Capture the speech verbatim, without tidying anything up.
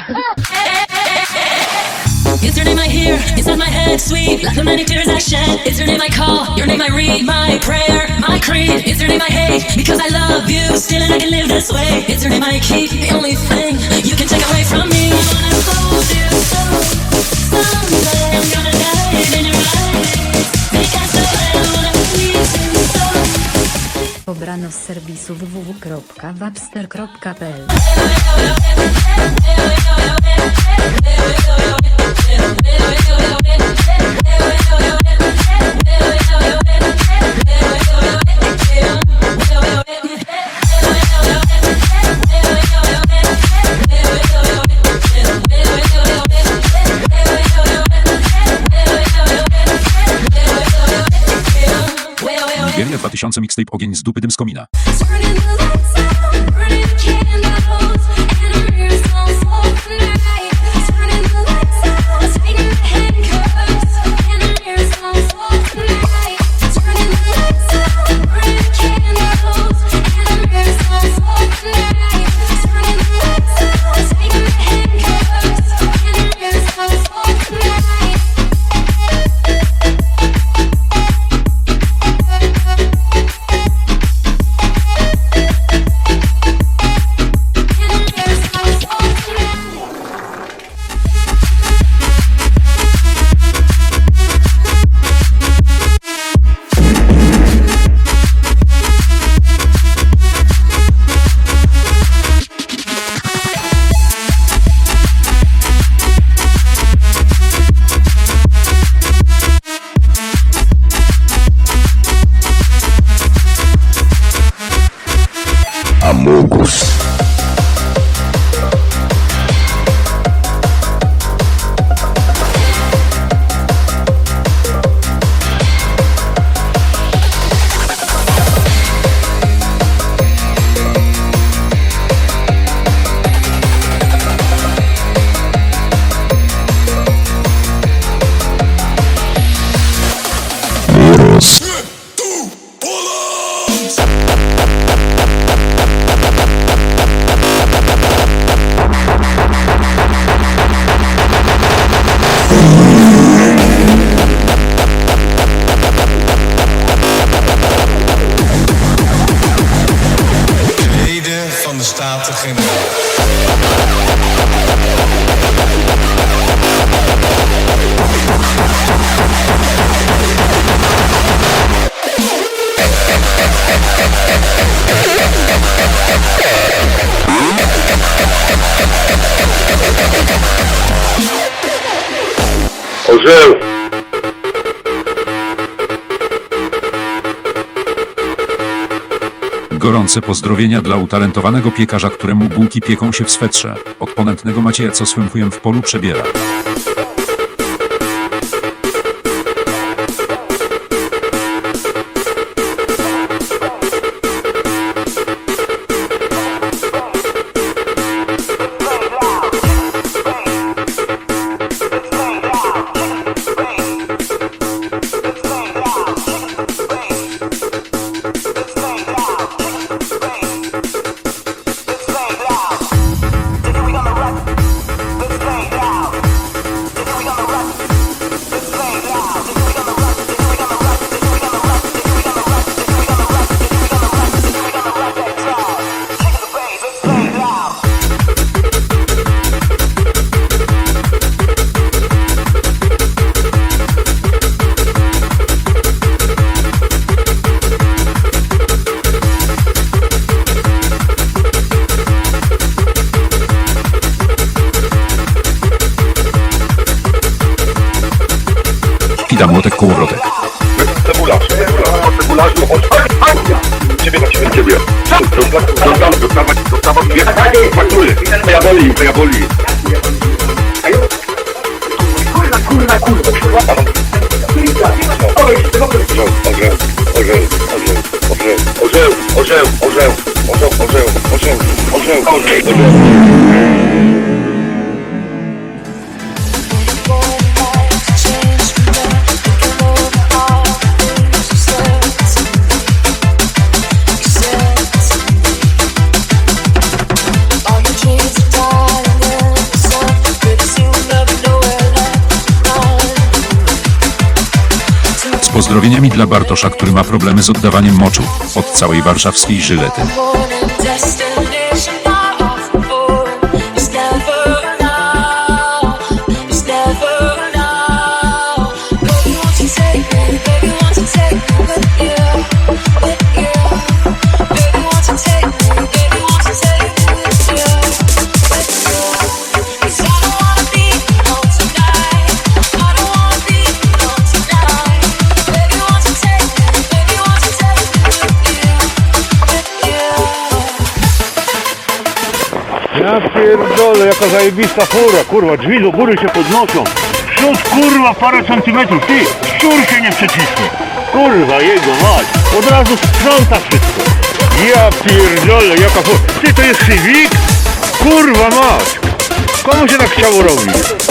It's your name I hear inside my head, sweet like the many tears I shed. It's your name I call, your name I read, my prayer, my creed. It's your name I hate because I love you still, and I can live this way. It's your name I keep, the only thing you can take away from me. I wanna hold you so someday I'm gonna die in your eyes because the way I wanna please you so. Pobrano z serwisu w w w kropka wapster kropka p l. Nigeria dwa tysiące mixtape Ogień z dupy dym z komina. Amogus. Van de Staten-Generaal. Orzeł. Gorące pozdrowienia dla utalentowanego piekarza, któremu bułki pieką się w swetrze. Od ponętnego Macieja, co swym chujem w polu przebiera. Kida, młotek, kołowrotek. Cebularz, cebularz, no chodź, ciebie na ciebie, ciebie. Dostawa, dostawa, dostawa, dwie faktury. Moja boli, moja boli. Kurwa, kurwa, kurwa, kurwa. Orzeł, orzeł, orzeł, orzeł, orzeł, orzeł, orzeł, orzeł, orzeł, orzeł, orzeł, orzeł, orzeł. All the trees are dying in the sun. Pozdrowieniami dla Bartosza, który ma problemy z oddawaniem moczu od całej warszawskiej Żylety. Destination far off before. Just never know. Just never know. Baby, won't you take me? Baby, won't you take me with you? With you. Baby, won't you take me? Baby, won't you take me with you? With you. 'Cause I don't wanna be alone tonight. I don't wanna be alone tonight. Baby, won't you take me? Baby, won't you take me with you? With you. Ja pierdolę, jaka zajebista fura, kurwa, drzwi do góry się podnoszą. Przód, kurwa, parę centymetrów, ty, szczur się nie przecisnie. Kurwa, jego mać, od razu sprząta wszystko. Ja pierdolę, jaka fura, ty, to jest Civic? Kurwa mać, komu się tak chciało robić?